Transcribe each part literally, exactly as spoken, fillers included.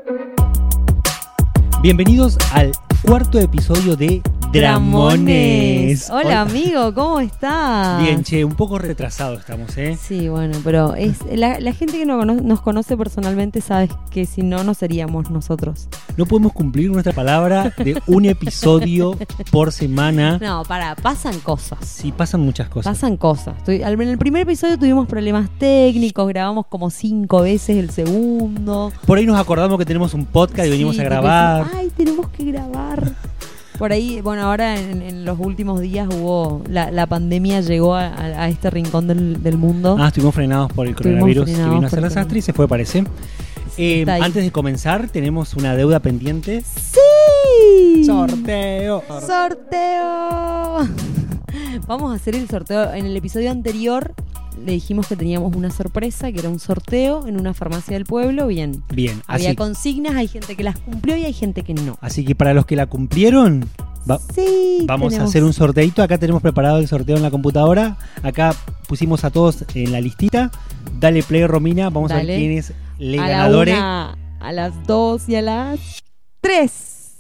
Bienvenidos al cuarto episodio de Dramones. Hola, Hola amigo, ¿cómo estás? Bien, che, un poco retrasado estamos, ¿eh? Sí, bueno, pero es la, la gente que no cono- nos conoce personalmente sabe que si no, no seríamos nosotros. No podemos cumplir nuestra palabra de un episodio por semana. No, para, pasan cosas. Sí, pasan muchas cosas. Pasan cosas. Estoy- al- En el primer episodio tuvimos problemas técnicos, grabamos como cinco veces el segundo. Por ahí nos acordamos que tenemos un podcast y venimos Sí, a porque grabar. decimos, ay, tenemos que grabar. Por ahí, bueno, ahora en, en los últimos días hubo, la, la pandemia llegó a, a, a este rincón del, del mundo. Ah, estuvimos frenados por el Estuvimos coronavirus que frenados vino a hacer por la el sastre y se fue, parece. Eh, Está ahí. antes de comenzar, tenemos una deuda pendiente. ¡Sí! ¡Sorteo! ¡Sorteo! Vamos a hacer el sorteo. En el episodio anterior le dijimos que teníamos una sorpresa, que era un sorteo en una farmacia del pueblo. Bien. Bien, Había así, consignas, hay gente que las cumplió y hay gente que no. así que para los que la cumplieron, va- Sí, vamos tenemos- a hacer un sorteito. Acá tenemos preparado el sorteo en la computadora. Acá pusimos a todos en la listita. Dale play, Romina. Vamos a Dale. ver quién es el a ganador. la una, a las dos y a las tres.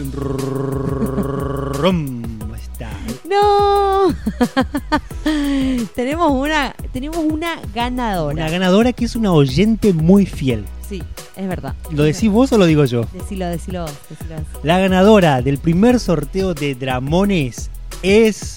Rum, está. ¡No! tenemos una tenemos una ganadora. Una ganadora que es una oyente muy fiel. Sí, es verdad. ¿Lo decís vos o lo digo yo? Decilo, decilo vos, decilo vos. La ganadora del primer sorteo de Dramones es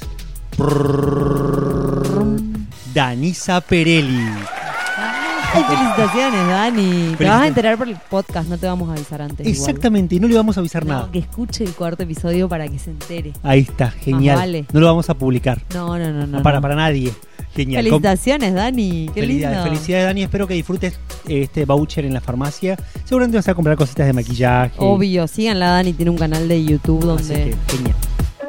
Danisa Perelli. Ay, felicitaciones, Dani. Te Felicita- vas a enterar por el podcast, no te vamos a avisar antes. Exactamente, y no le vamos a avisar igual. nada. No, que escuche el cuarto episodio para que se entere. Ahí está, genial. vale. No lo vamos a publicar. No, no, no, no. para, no. para nadie. Genial. Com- Felicitaciones, Dani. Qué Felicidades, lindo. felicidades, Dani. Espero que disfrutes este voucher en la farmacia. Seguramente vas a comprar cositas de maquillaje. Obvio, síganla, Dani. Tiene un canal de YouTube Así donde. que, genial.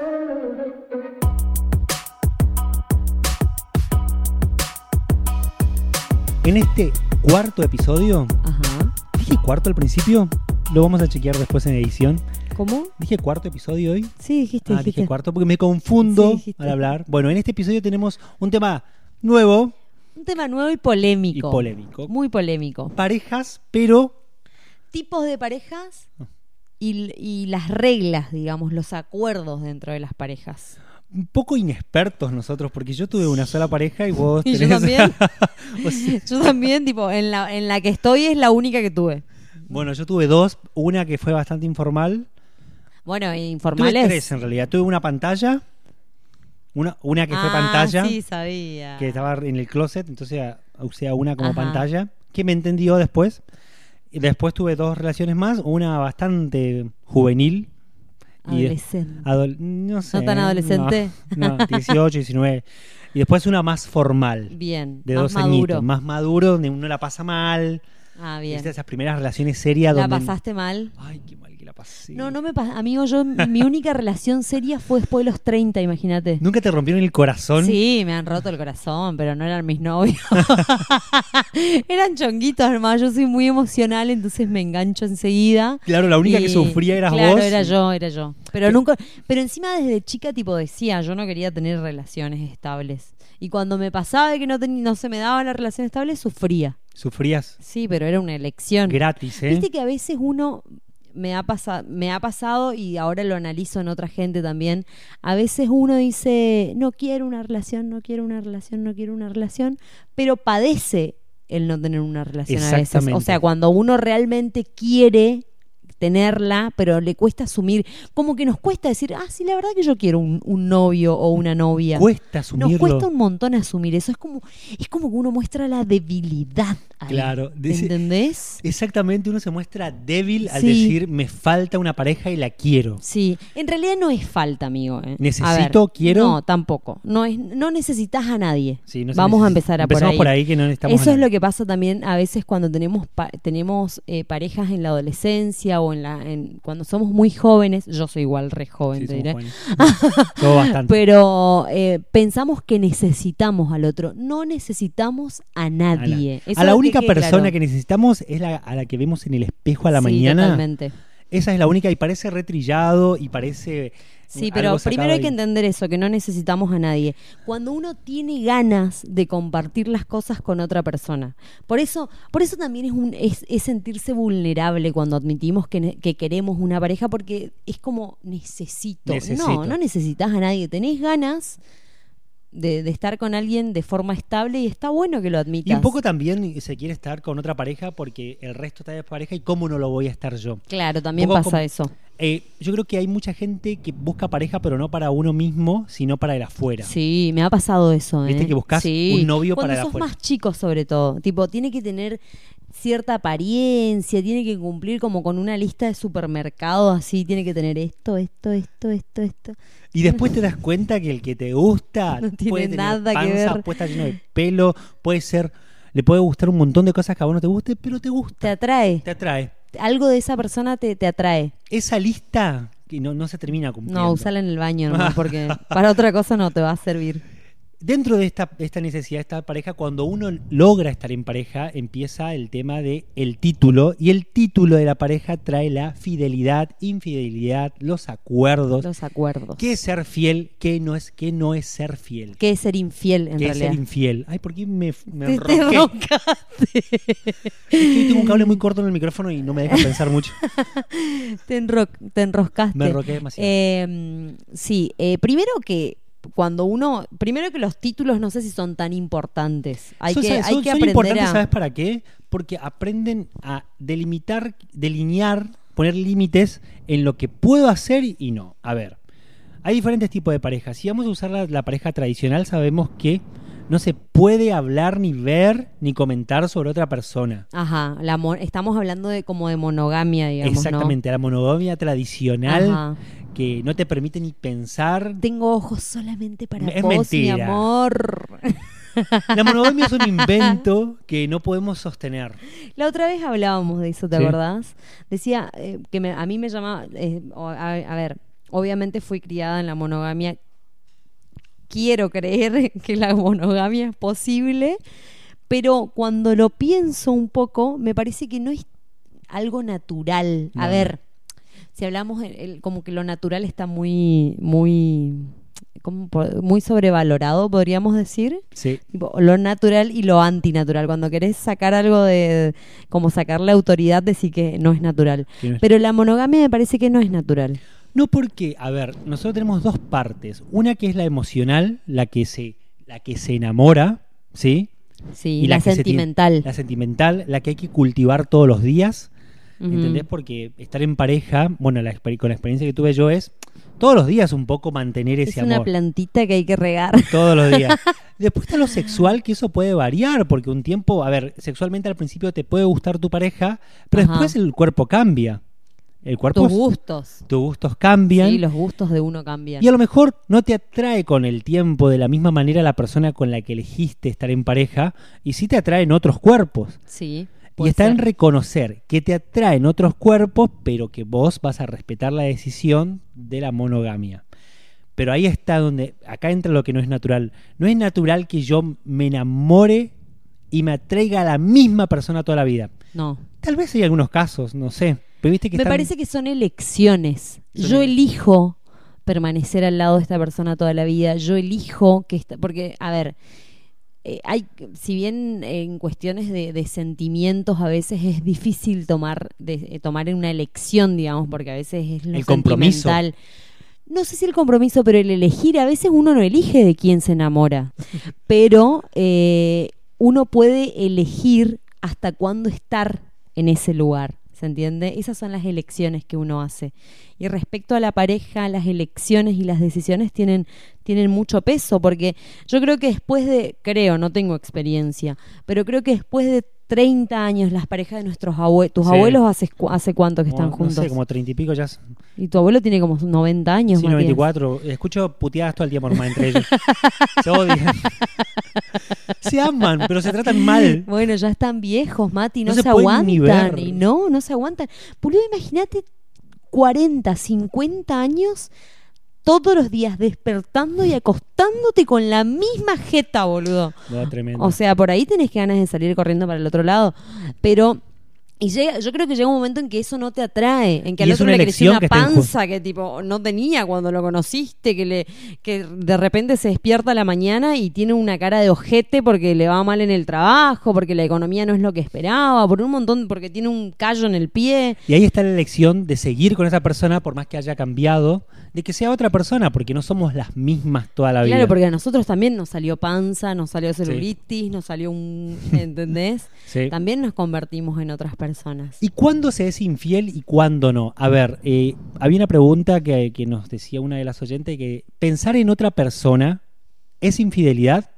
En este cuarto episodio, Ajá. dije cuarto al principio, lo vamos a chequear después en edición. ¿Cómo? Dije cuarto episodio hoy. Sí, dijiste, Ah, dijiste. dije cuarto porque me confundo Sí, dijiste. al hablar. Bueno, en este episodio tenemos un tema nuevo Un tema nuevo y polémico. y polémico. Muy polémico. Parejas, pero Tipos de parejas Ah. y, y las reglas, digamos, los acuerdos dentro de las parejas. un poco inexpertos nosotros, porque yo tuve una sola pareja y vos Y yo tenés... también. O sea, Yo también, tipo, en la, en la que estoy es la única que tuve. bueno, yo tuve dos, una que fue bastante informal. Bueno, Tuve informales. tres en realidad. Tuve una pantalla, una, una que fue Ah, pantalla, sí, sabía. que estaba en el closet, entonces a- usé a una como Ajá. pantalla, que me entendió después. Y después tuve dos relaciones más, una bastante juvenil. y de- Adolescente. adol- no sé. ¿No tan adolescente? No, no, dieciocho, diecinueve. Y después una más formal, Bien, de más dos maduro. añitos, más maduro, donde uno la pasa mal. Ah, bien. ¿Viste? Esas primeras relaciones serias ¿La donde... pasaste mal? Ay, qué mal que la pasé. No, no me pasa. Amigo, yo mi única relación seria fue después de los treinta, imagínate. ¿Nunca te rompieron el corazón? Sí, me han roto el corazón, pero no eran mis novios. Eran chonguitos nomás. Yo soy muy emocional, entonces me engancho enseguida. Claro, la única Y- que sufría eras claro, vos. era yo, era yo. Pero nunca, pero encima desde chica tipo decía, yo no quería tener relaciones estables. Y cuando me pasaba de que no, ten- no se me daba la relación estable, sufría. Sufrías Sí, pero era una elección. gratis, ¿eh? Viste que a veces uno me ha pasado, me ha pasado y ahora lo analizo en otra gente también. A veces uno dice, no quiero una relación, no quiero una relación, no quiero una relación, pero padece el no tener una relación a veces. Exactamente. O sea, cuando uno realmente quiere tenerla, pero le cuesta asumir, como que nos cuesta decir, ah, sí, la verdad que yo quiero un, un novio o una novia. Cuesta asumirlo. Nos cuesta un montón asumir eso. Es como, es como que uno muestra la debilidad ahí. Claro, dice- ¿Entendés? Exactamente, uno se muestra débil al Sí. decir, me falta una pareja y la quiero. Sí, en realidad no es falta, amigo. ¿eh? Necesito, A ver, quiero. No, tampoco. No es, no necesitas a nadie. Sí, no se Vamos a neces- empezar a por Empezamos ahí. por ahí que no necesitamos Eso a es nadie. lo que pasa también a veces cuando tenemos pa- tenemos eh, parejas en la adolescencia o en la en, cuando somos muy jóvenes. Yo soy igual re joven, Sí, te somos diré. jóvenes. Todo bastante. Pero eh, pensamos que necesitamos al otro. No necesitamos a nadie. Eso A la que única quede persona claro. que necesitamos es la a la que vemos en el espejo a la Sí, mañana. Totalmente. Esa es la única, y parece retrillado y parece... Sí, pero primero hay que entender eso, que no necesitamos a nadie. Cuando uno tiene ganas de compartir las cosas con otra persona. Por eso, por eso también es, un, es, es sentirse vulnerable cuando admitimos que, que queremos una pareja, porque es como necesito. Necesito. No, no necesitas a nadie. Tenés ganas de, de estar con alguien de forma estable y está bueno que lo admitas. Y un poco también se quiere estar con otra pareja porque el resto está de pareja y cómo no lo voy a estar yo. Claro, también Un poco pasa como- eso. Eh, yo creo que hay mucha gente que busca pareja, pero no para uno mismo, sino para el afuera. Sí, me ha pasado eso. ¿eh? Viste que buscas Sí. un novio Cuando para el sos afuera. más chico, sobre todo. Tipo, tiene que tener cierta apariencia, tiene que cumplir como con una lista de supermercados así, tiene que tener esto, esto, esto, esto, esto. Y después te das cuenta que el que te gusta No tiene puede tener nada que panza, ver. puede estar lleno de pelo, puede ser, le puede gustar un montón de cosas que a vos no te guste, pero te Te gusta, atrae. te atrae. Algo de esa persona te, te atrae. Esa lista que no, no se termina cumpliendo. No, usala en el baño, ¿no? Porque para otra cosa no te va a servir. Dentro de esta, de esta necesidad de esta pareja, cuando uno logra estar en pareja, empieza el tema de el título, y el título de la pareja trae la fidelidad, infidelidad, los acuerdos, Los acuerdos. qué es ser fiel, qué no es, qué no es ser fiel, ¿Qué es ser infiel en qué es realidad? ser infiel. Ay, ¿por qué me, me Te, te enroqué? enroscaste. Es que hoy tengo un cable muy corto en el micrófono y no me deja pensar mucho. Te, enro- te enroscaste. Me enroqué demasiado. Eh, sí, eh, primero que cuando uno, primero que los títulos no sé si son tan importantes. Hay Son- que, son- hay que son aprender importantes, a... ¿sabes para qué? Porque aprenden a delimitar, delinear, poner límites en lo que puedo hacer y no. A ver, hay diferentes tipos de parejas. Si vamos a usar la, la pareja tradicional, sabemos que no se puede hablar, ni ver, ni comentar sobre otra persona. Ajá, la mo- estamos hablando de como de monogamia, digamos, Exactamente, la monogamia tradicional Ajá. que no te permite ni pensar. ¿no? Tengo ojos solamente para Es vos, mentira. mi amor. La monogamia es un invento que no podemos sostener. La otra vez hablábamos de eso, ¿te Sí. acordás? Decía eh, que me- a mí me llamaba... eh, o- a, a ver, obviamente fui criada en la monogamia. Quiero creer que la monogamia es posible, pero cuando lo pienso un poco, me parece que no es algo natural. A No. ver, si hablamos el- el- como que lo natural está muy, muy, como por- muy sobrevalorado, podríamos decir. Sí. Tipo, lo natural y lo antinatural. Cuando querés sacar algo de, como sacarle autoridad, decir que no es natural. Que no es- Pero la monogamia me parece que no es natural. No porque, a ver, nosotros tenemos dos partes. Una que es la emocional, la que se, la que se enamora, ¿sí? Sí, Y la, la que se sentimental. tiene- la sentimental, la que hay que cultivar todos los días. Ujú. ¿Entendés? Porque estar en pareja, bueno, la, exper- con la experiencia que tuve yo es todos los días un poco mantener Es ese una amor. plantita que hay que regar. Todos los días. Después está lo sexual, que eso puede variar, porque un tiempo, a ver, sexualmente al principio te puede gustar tu pareja, pero Ajá. después el cuerpo cambia. El cuerpo, Tus gustos. tus gustos cambian. Sí, los gustos de uno cambian. Y a lo mejor no te atrae con el tiempo de la misma manera la persona con la que elegiste estar en pareja, y sí te atraen otros cuerpos. Sí. Y puede está en ser. reconocer que te atraen otros cuerpos, pero que vos vas a respetar la decisión de la monogamia. Pero ahí está donde, acá entra lo que no es natural. No es natural que yo me enamore y me atraiga a la misma persona toda la vida. No. Tal vez hay algunos casos, no sé. Pero viste que Me están- parece que son elecciones. Son Yo ele- elijo permanecer al lado de esta persona toda la vida. Yo elijo que esta, porque, a ver, eh, hay, si bien en cuestiones de, de sentimientos a veces es difícil tomar, de, eh, tomar una elección, digamos, porque a veces es lo El compromiso. sentimental. No sé si el compromiso, pero el elegir, a veces uno no elige de quién se enamora, pero eh, uno puede elegir hasta cuándo estar en ese lugar, ¿se entiende? Esas son las elecciones que uno hace. Y respecto a la pareja, las elecciones y las decisiones tienen, tienen mucho peso, porque yo creo que después de, creo, no tengo experiencia, pero creo que después de treinta años las parejas de nuestros abuelos, tus Sí. abuelos hace, cu- hace cuánto que están como, juntos. No sé, como treinta y pico ya. Y tu abuelo tiene como noventa años, Sí, Matías. noventa y cuatro. Escucho puteadas todo el tiempo nomás entre ellos. Se odian. Se aman, pero se tratan mal. Bueno, ya están viejos, Mati, no, No se, se pueden ni aguantan. ver. Y no, no se aguantan. Boludo, imagínate cuarenta, cincuenta años todos los días despertando y acostándote con la misma jeta, boludo. No, tremendo. O sea, por ahí tenés que ganas de salir corriendo para el otro lado. Pero Y llega, yo creo que llega un momento en que eso no te atrae, en que Y al es otro una le creció elección una que está en ju- panza que tipo no tenía cuando lo conociste, que le que de repente se despierta a la mañana y tiene una cara de ojete porque le va mal en el trabajo, porque la economía no es lo que esperaba, por un montón, porque tiene un callo en el pie. Y ahí está la elección de seguir con esa persona por más que haya cambiado, de que sea otra persona, porque no somos las mismas toda la vida. Claro, porque a nosotros también nos salió panza, nos salió celulitis, nos salió un, ¿entendés? Sí. También nos convertimos en otras personas. ¿Y cuándo se es infiel y cuándo no? A ver, eh, había una pregunta que, que nos decía una de las oyentes, que pensar en otra persona es infidelidad.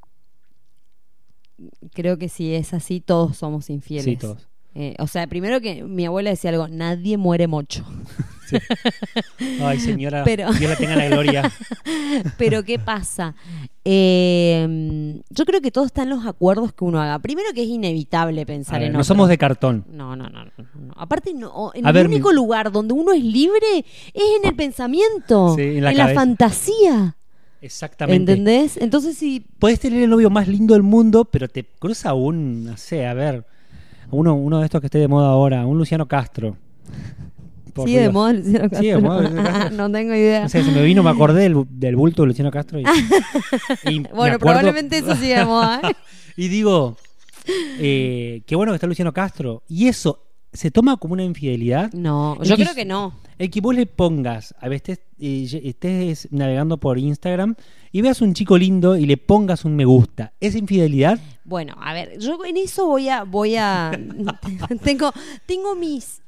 Creo que si es así, todos somos infieles. Sí, todos. Eh, o sea, primero que mi abuela decía algo, nadie muere mocho. Sí. Ay, señora, Pero- Dios la tenga en la gloria. Pero ¿qué pasa? Eh, yo creo que todo está en los acuerdos que uno haga. Primero que es inevitable A pensar ver, en no otro. somos de cartón. No, no, no, no, no. Aparte, no, en A el ver, único mi- lugar donde uno es libre es en el pensamiento, Sí, en la la cabeza. fantasía. Exactamente. ¿Entendés? Entonces, si Puedes tener el novio más lindo del mundo, pero te cruza un, no sé, a ver, uno, uno de estos que esté de moda ahora, un Luciano Castro. Por sigue de Dios. moda Luciano Castro. Sigue de moda Luciano Castro. No tengo idea. No sé, se me vino, me acordé del, del bulto de Luciano Castro. Y, y me Bueno, acuerdo- probablemente eso sigue de moda, ¿eh? Y digo, eh, qué bueno que está Luciano Castro. Y eso, ¿se toma como una infidelidad? No, El yo que- creo que no. El que vos le pongas, a veces estés, eh, estés navegando por Instagram y veas un chico lindo y le pongas un me gusta, ¿es infidelidad? Bueno, a ver, yo en eso voy a, voy a, tengo, tengo mis,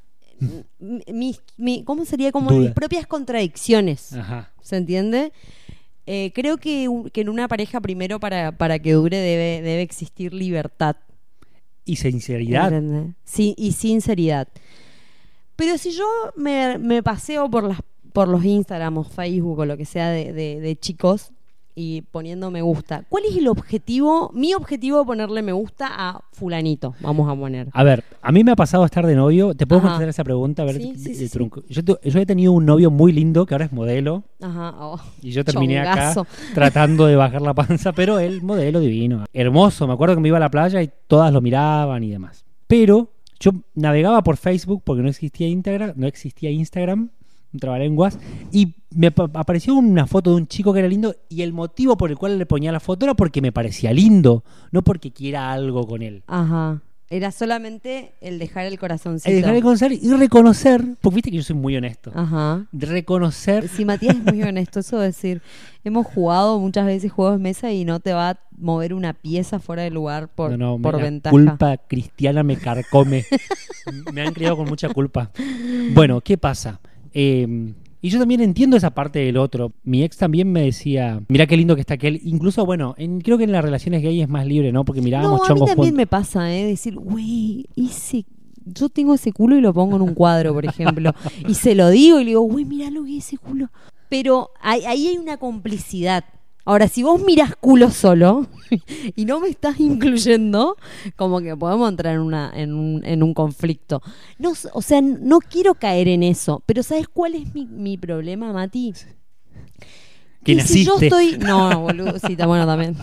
mis, mi- ¿cómo sería? Como Duda. mis propias contradicciones, Ajá. ¿se entiende? Eh, creo que, un- que en una pareja primero para, para que dure debe, debe existir libertad. Y sinceridad. ¿Entendés? Sí, y sinceridad. Pero si yo me, me paseo por las por los Instagram o Facebook o lo que sea de, de, de chicos y poniendo me gusta, ¿cuál es el objetivo? Mi objetivo de ponerle me gusta a fulanito, vamos a poner. A ver, a mí me ha pasado estar de novio. ¿Te puedo Ajá. contestar esa pregunta? A ver, Sí, de- sí, de sí, sí. trunco. Yo, tu- yo he tenido un novio muy lindo que ahora es modelo Ajá. Oh. y yo terminé Chongazo. acá tratando de bajar la panza, pero él, modelo divino. Hermoso, me acuerdo que me iba a la playa y todas lo miraban y demás. Pero yo navegaba por Facebook porque no existía Instagram, no existía Instagram, un trabalenguas, y me pa- apareció una foto de un chico que era lindo y el motivo por el cual le ponía la foto era porque me parecía lindo, no porque quiera algo con él. Ajá. Era solamente el dejar el corazoncito. El dejar de conocer y reconocer, porque viste que yo soy muy honesto, Ajá. de reconocer. Sí, Matías es muy honesto, eso de decir, hemos jugado muchas veces juegos de mesa y no te va a mover una pieza fuera de lugar por, no, no, me- por la ventaja. culpa cristiana me carcome. Me han criado con mucha culpa. Bueno, ¿qué pasa? Eh, y yo también entiendo esa parte del otro. Mi ex también me decía, mira qué lindo que está aquel. Incluso, bueno, en- creo que en las relaciones gay es más libre, ¿no? Porque mirábamos No, a mí chongos también juntos. me pasa, ¿eh? Decir, güey, ese... yo tengo ese culo y lo pongo en un cuadro, por ejemplo. Y se lo digo y le digo, güey, mirá lo que es ese culo. Pero ahí, ahí hay una complicidad. Ahora, si vos mirás culo solo y no me estás incluyendo, como que podemos entrar en, una, en, un, en un conflicto. No, s- o sea, no quiero caer en eso. Pero ¿sabes cuál es mi, mi problema, Mati? Que si yo naciste. estoy... No, boludo, sí, está bueno también.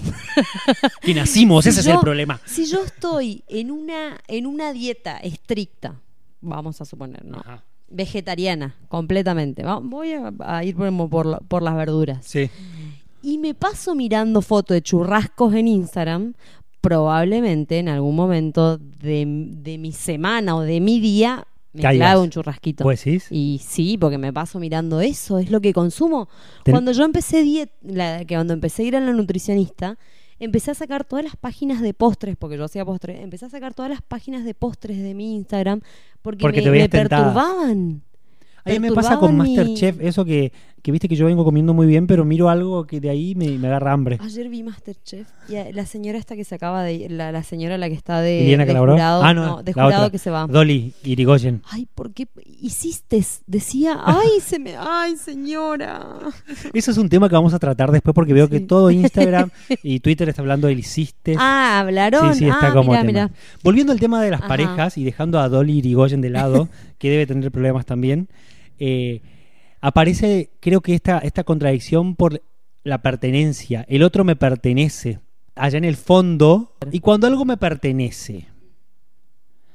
Que nacimos, Si ese es yo- el problema. Si yo estoy en una, en una dieta estricta, vamos a suponer, ¿no? Ajá. Vegetariana, completamente. Va- Voy a, a ir por, por, la- por las verduras. Sí. Y me paso mirando fotos de churrascos en Instagram, probablemente en algún momento de, de mi semana o de mi día me Caigas. clave un churrasquito. ¿Vos decís? Y sí, porque me paso mirando eso, es lo que consumo. Ten- Cuando yo empecé diet, la, que cuando empecé a ir a la nutricionista, empecé a sacar todas las páginas de postres, porque yo hacía postres, empecé a sacar todas las páginas de postres de mi Instagram porque, Porque me, te veías me tentada. perturbaban. A mí me pasa con Perturbaban mi- Masterchef, eso que, que viste que yo vengo comiendo muy bien, pero miro algo que de ahí me, me agarra hambre. Ayer vi Masterchef y a- la señora esta que se acaba de la, la señora la que está de, Liliana de Calabró. jurado, Ah, no, de la jurado otra. que se va. Dolly Irigoyen. Ay, ¿por qué hiciste? Decía, ay, se me, ay, señora. Eso es un tema que vamos a tratar después porque veo que Sí. todo Instagram y Twitter está hablando del hiciste. Ah, hablaron. Sí, sí, está ah, como mirá, tema. mirá. Volviendo al tema de las Ajá. parejas y dejando a Dolly Irigoyen de lado, que debe tener problemas también, eh, aparece, creo que esta, esta contradicción por la pertenencia. El otro me pertenece allá en el fondo, y cuando algo me pertenece,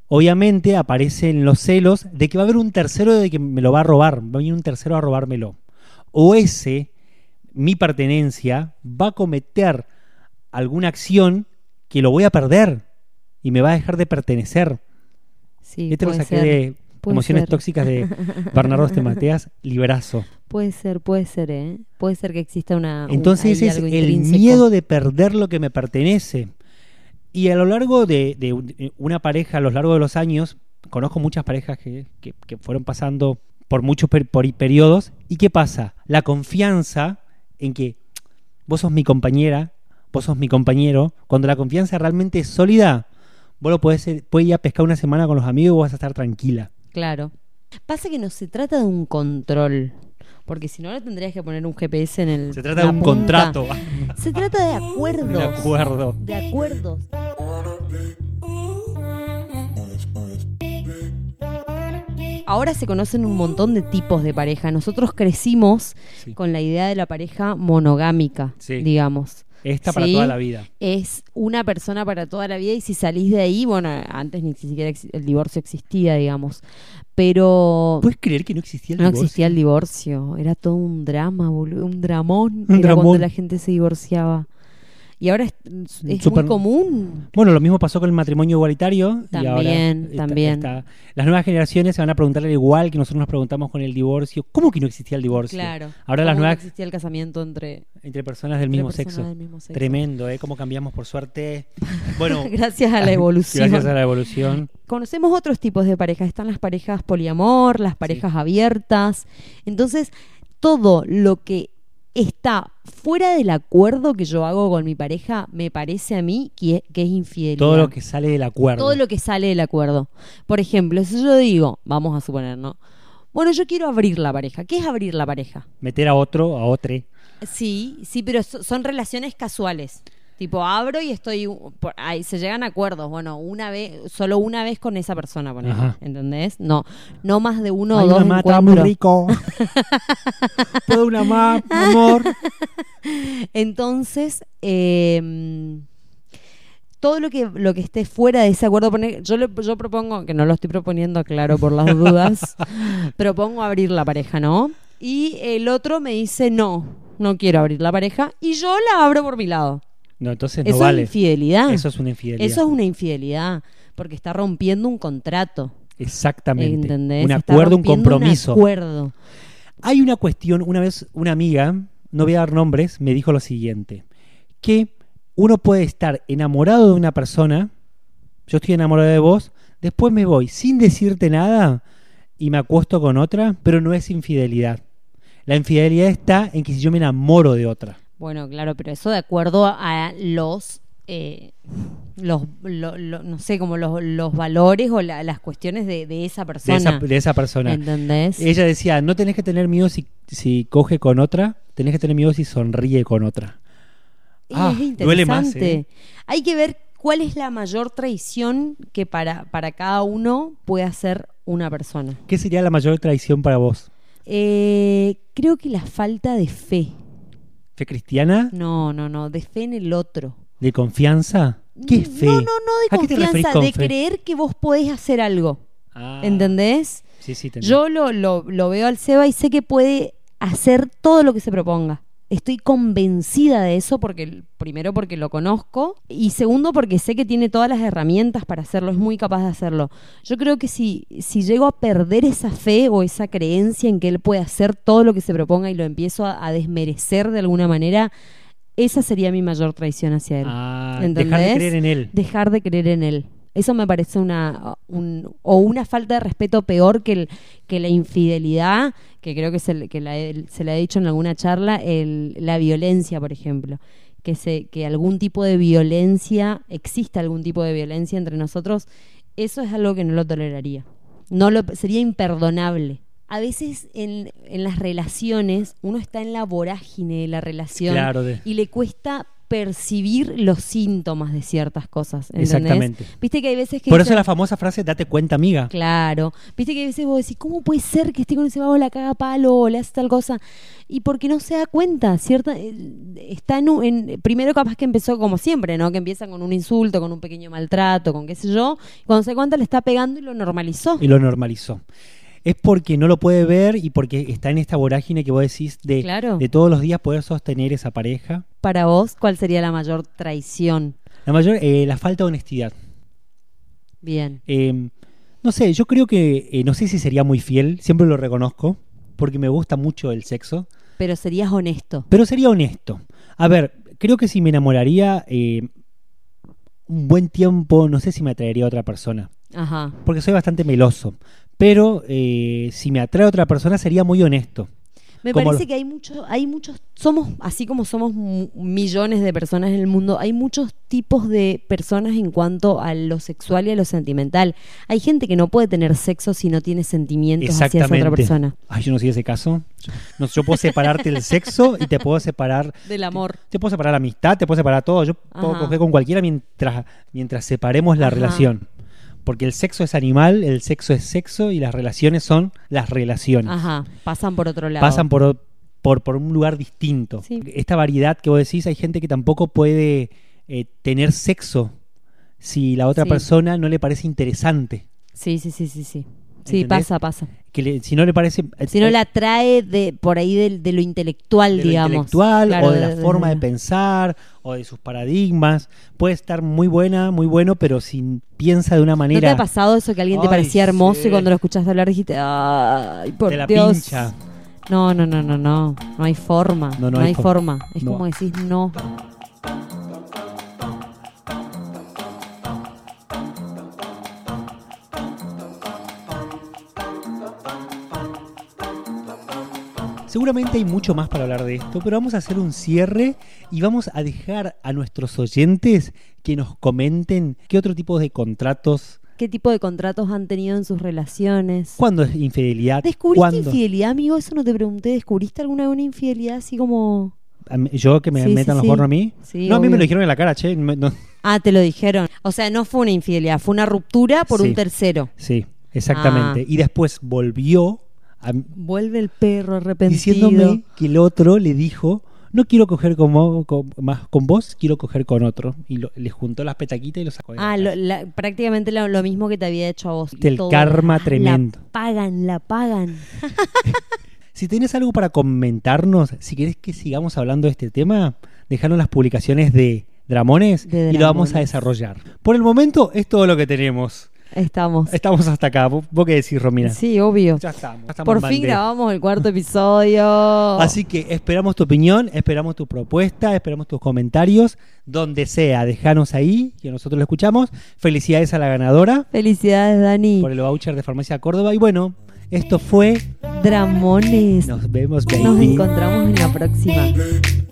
obviamente aparecen los celos de que va a haber un tercero de que me lo va a robar, va a venir un tercero a robármelo. O ese, mi pertenencia, va a cometer alguna acción que lo voy a perder y me va a dejar de pertenecer. Sí, Este lo puede saqué ser. de Puede Emociones ser. Tóxicas de Bernardo Estemateas, librazo. Puede ser, puede ser, ¿eh? Puede ser que exista una... un- Entonces ahí es algo el intrínseco. miedo de perder lo que me pertenece. Y a lo largo de, de un- una pareja, a lo largo de los años, conozco muchas parejas que, que- que fueron pasando por muchos per- por periodos. ¿Y qué pasa? La confianza en que vos sos mi compañera, vos sos mi compañero, cuando la confianza realmente es sólida, vos lo podés, podés ir a pescar una semana con los amigos y vos vas a estar tranquila. Claro. Pasa que no se trata de un control, porque si no le tendrías que poner un G P S en el. Se trata la de un punta. contrato. Se trata de acuerdos. De acuerdo. De acuerdos. Ahora se conocen un montón de tipos de pareja. Nosotros crecimos Sí. con la idea de la pareja monogámica, Sí. digamos. Esta para Sí. toda la vida. Es una persona para toda la vida y si salís de ahí, bueno, antes ni siquiera ex- el divorcio existía, digamos. Pero ¿Puedes creer que no existía el no divorcio? existía el divorcio. Era todo un drama, boludo. Un dramón. Un Era dramón. cuando la gente se divorciaba. Y ahora es, es Súper- muy común. Bueno, lo mismo pasó con el matrimonio igualitario. y También, ahora está- también. está- las nuevas generaciones se van a preguntar al igual que nosotros nos preguntamos con el divorcio. ¿Cómo que no existía el divorcio? Claro. Ahora las ¿Cómo no nuevas existía el casamiento entre, entre personas del entre mismo personas sexo. del mismo sexo. Tremendo, ¿eh? Cómo cambiamos por suerte. Bueno, Gracias a la evolución. gracias a la evolución. Conocemos otros tipos de parejas. Están las parejas poliamor, las parejas abiertas. Entonces, todo lo que está fuera del acuerdo que yo hago con mi pareja, me parece a mí que, que es infidelidad. Todo lo que sale del acuerdo. Todo lo que sale del acuerdo. Por ejemplo, si yo digo, vamos a suponer, ¿no? Bueno, yo quiero abrir la pareja. ¿Qué es abrir la pareja? Meter a otro, a otro. Sí, sí, pero so- son relaciones casuales. Tipo, abro y estoy... por ahí se llegan a acuerdos. Bueno, una vez, solo una vez con esa persona, ponele, Ajá. ¿entendés? No, no más de uno Ay, o dos una mata muy encuentros. rico. ¿Puedo una más, amor? Entonces, eh, todo lo que lo que esté fuera de ese acuerdo, poner, yo, le- yo propongo, que no lo estoy proponiendo, claro, por las dudas, propongo abrir la pareja, ¿no? Y el otro me dice, no, no quiero abrir la pareja, y yo la abro por mi lado. No, entonces no Eso vale. es infidelidad. Eso es una infidelidad. Eso es una infidelidad, porque está rompiendo un contrato. Exactamente. ¿Entendés? Un Está acuerdo, un rompiendo compromiso. Un acuerdo. Hay una cuestión, una vez una amiga, no voy a dar nombres, me dijo lo siguiente, que uno puede estar enamorado de una persona, yo estoy enamorado de vos, después me voy sin decirte nada y me acuesto con otra, pero no es infidelidad. La infidelidad está en que si yo me enamoro de otra. Bueno, claro, pero eso de acuerdo a los, eh, los lo- lo- no sé, como los, los valores o la- las cuestiones de, de esa De persona. esa, de esa persona. ¿Entendés? Ella decía, no tenés que tener miedo si, si coge con otra, tenés que tener miedo si sonríe con otra. Y Ah, es interesante. duele más, ¿eh? Hay que ver cuál es la mayor traición que para, para cada uno puede hacer una persona. ¿Qué sería la mayor traición para vos? Eh, creo que la falta de fe. ¿Fe cristiana? No, no, no, de fe en el otro. ¿De confianza? ¿Qué es fe? No, no, no ¿A qué de te referís confianza, con de fe? creer que vos podés hacer algo. Ah, ¿Entendés? Sí, sí, te Yo lo, lo, lo veo al Seba y sé que puede hacer todo lo que se proponga. Estoy convencida de eso porque primero porque lo conozco y segundo porque sé que tiene todas las herramientas para hacerlo, es muy capaz de hacerlo. Yo creo que si, si llego a perder esa fe o esa creencia en que él puede hacer todo lo que se proponga y lo empiezo a, a desmerecer de alguna manera, esa sería mi mayor traición hacia él. Ah, ¿Entendés? dejar de creer en él. Dejar de creer en él. Eso me parece una un, o una falta de respeto peor que, el, que la infidelidad, que creo que, se, que la, el, se le ha dicho en alguna charla, el, la violencia, por ejemplo. Que, se, que algún tipo de violencia, exista algún tipo de violencia entre nosotros, eso es algo que no lo toleraría. No lo, sería imperdonable. A veces en, en las relaciones uno está en la vorágine de la relación Claro, de- y le cuesta percibir los síntomas de ciertas cosas, ¿entendés? Exactamente. Viste que hay veces que Por eso dicen- la famosa frase, date cuenta, amiga. Claro. Viste que a veces vos decís, ¿cómo puede ser que esté con ese vago, la caga a palo o le hace tal cosa? Y porque no se da cuenta, ¿cierta? Eh, Está en, un- en- primero capaz que empezó como siempre, ¿no? Que empieza con un insulto, con un pequeño maltrato, con qué sé yo. Y cuando se da cuenta le está pegando y lo normalizó. Y lo normalizó. Es porque no lo puede ver y porque está en esta vorágine que vos decís de, Claro. de todos los días poder sostener esa pareja. Para vos, ¿cuál sería la mayor traición? La mayor, eh, la falta de honestidad. Bien. Eh, no sé, yo creo que, eh, no sé si sería muy fiel, siempre lo reconozco, porque me gusta mucho el sexo, Pero serías honesto. pero sería honesto. A ver, creo que si me enamoraría eh, un buen tiempo, no sé si me atraería a otra persona, Ajá. porque soy bastante meloso, pero eh, si me atrae a otra persona sería muy honesto. Me Como parece lo- que hay muchos, hay muchos, somos, así como somos mu- millones de personas en el mundo, hay muchos tipos de personas en cuanto a lo sexual y a lo sentimental. Hay gente que no puede tener sexo si no tiene sentimientos hacia esa Exactamente. otra persona. Ay, yo no soy ese caso. No, yo puedo separarte del sexo y te puedo separar. Del amor. Te puedo separar la amistad, te puedo separar todo. Yo puedo Ajá. coger con cualquiera mientras, mientras separemos la Ajá. relación. Porque el sexo es animal, el sexo es sexo y las relaciones son las relaciones. Ajá, pasan por otro lado. Pasan por, por, por un lugar distinto. Sí. Esta variedad que vos decís, hay gente que tampoco puede eh, tener sexo si la otra Sí. persona no le parece interesante. Sí, sí, sí, sí, sí. Sí, ¿Entendés? pasa, pasa. Que le- si no le parece... Si no eh, la atrae de, por ahí de, de lo intelectual, de lo digamos. intelectual Claro, o de la de- forma de de- pensar o de sus paradigmas. Puede estar muy buena, muy bueno, pero si piensa de una ¿No te manera... ha pasado eso que alguien te Ay, parecía hermoso sí. y cuando lo escuchaste hablar dijiste, ay, por Te la Dios? pincha. No, no, no, no, no. No hay forma. No, No, no hay hay for- forma. Es no. como decís no. Seguramente hay mucho más para hablar de esto, pero vamos a hacer un cierre y vamos a dejar a nuestros oyentes que nos comenten qué otro tipo de contratos, ¿Qué tipo de contratos han tenido en sus relaciones? cuándo es infidelidad, ¿Descubriste cuándo... infidelidad, amigo? Eso no te pregunté. ¿Descubriste alguna una infidelidad así como...? A mí- ¿Yo que me Sí, metan sí, los sí. gorros a mí? Sí, no, a mí me obvio. lo dijeron en la cara, che. me- no. Ah, te lo dijeron. O sea, no fue una infidelidad, fue una ruptura por Sí. un tercero. Sí, exactamente. Ah. Y después volvió a, Vuelve el perro arrepentido. diciéndome que el otro le dijo, no quiero coger con, mo- con- más con vos, quiero coger con otro. Y lo- le juntó las petaquitas y lo sacó de la Ah, casa. lo- la- prácticamente lo, lo mismo que te había hecho a vos. Del Todo. karma Ah, tremendo. La pagan, la pagan. Si tenés algo para comentarnos, si querés que sigamos hablando de este tema, dejanos las publicaciones de Dramones De y lo vamos a Dramones. desarrollar. Por el momento es todo lo que tenemos. Estamos. Estamos hasta acá. ¿Vos vos qué decís, Romina? Sí, obvio. Ya estamos. ya estamos Por en fin bandera. grabamos el cuarto episodio. Así que esperamos tu opinión, esperamos tu propuesta, esperamos tus comentarios, donde sea, déjanos ahí, que nosotros lo escuchamos. Felicidades a la ganadora Felicidades, Dani. por el voucher de Farmacia Córdoba. Y bueno, esto fue... Dramones. Nos vemos, baby. Nos encontramos en la próxima.